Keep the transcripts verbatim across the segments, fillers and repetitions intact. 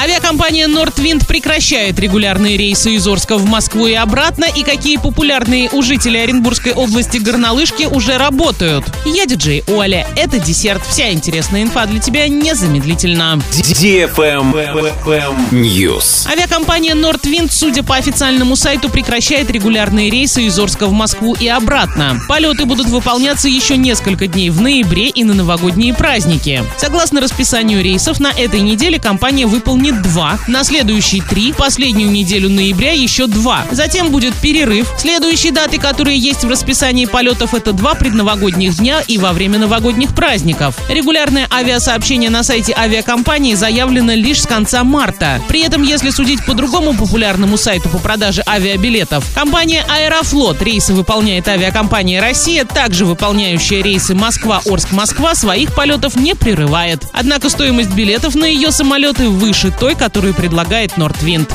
Авиакомпания Nordwind прекращает регулярные рейсы из Орска в Москву и обратно, и какие популярные у жителей Оренбургской области горнолыжки уже работают. Я диджей Оля, это десерт. Вся интересная инфа для тебя незамедлительно. News. Авиакомпания Nordwind, судя по официальному сайту, прекращает регулярные рейсы из Орска в Москву и обратно. Полеты будут выполняться еще несколько дней в ноябре и на новогодние праздники. Согласно расписанию рейсов, на этой неделе компания выполнит два, на следующие три, последнюю неделю ноября еще два. Затем будет перерыв. Следующие даты, которые есть в расписании полетов, это два предновогодних дня и во время новогодних праздников. Регулярное авиасообщение на сайте авиакомпании заявлено лишь с конца марта. При этом, если судить по другому популярному сайту по продаже авиабилетов, компания Аэрофлот, рейсы выполняет авиакомпания «Россия», также выполняющая рейсы Москва-Орск-Москва, своих полетов не прерывает. Однако стоимость билетов на ее самолеты выше той, которую предлагает Nordwind.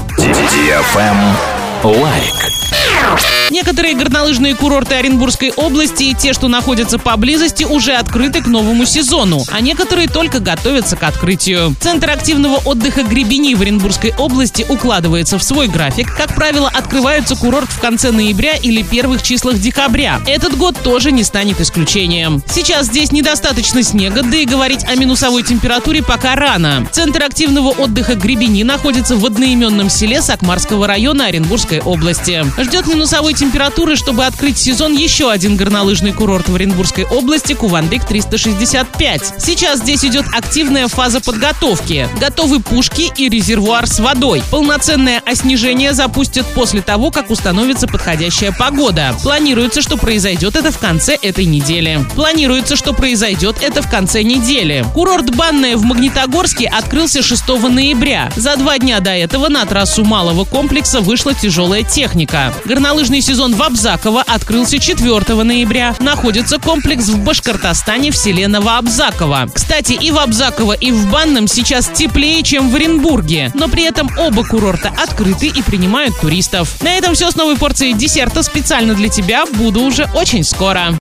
Лайк. Некоторые горнолыжные курорты Оренбургской области и те, что находятся поблизости, уже открыты к новому сезону, а некоторые только готовятся к открытию. Центр активного отдыха «Гребени» в Оренбургской области укладывается в свой график. Как правило, открываются курорт в конце ноября или первых числах декабря. Этот год тоже не станет исключением. Сейчас здесь недостаточно снега, да и говорить о минусовой температуре пока рано. Центр активного отдыха «Гребени» находится в одноименном селе Сакмарского района Оренбургской области. Ждет минусовой температуры, чтобы открыть сезон, еще один горнолыжный курорт в Оренбургской области — Кувандык триста шестьдесят пять. Сейчас здесь идет активная фаза подготовки. Готовы пушки и резервуар с водой. Полноценное оснежение запустят после того, как установится подходящая погода. Планируется, что произойдет это в конце этой недели. Планируется, что произойдет это в конце недели. Курорт «Банное» в Магнитогорске открылся шестого ноября. За два дня до этого на трассу малого комплекса вышла тяжелая техника. Горнолыжный сезон в Абзаково открылся четвёртого ноября. Находится комплекс в Башкортостане в селе Новоабзаково. Кстати, и в Абзаково, и в Банном сейчас теплее, чем в Оренбурге. Но при этом оба курорта открыты и принимают туристов. На этом все с новой порцией десерта специально для тебя. Буду уже очень скоро.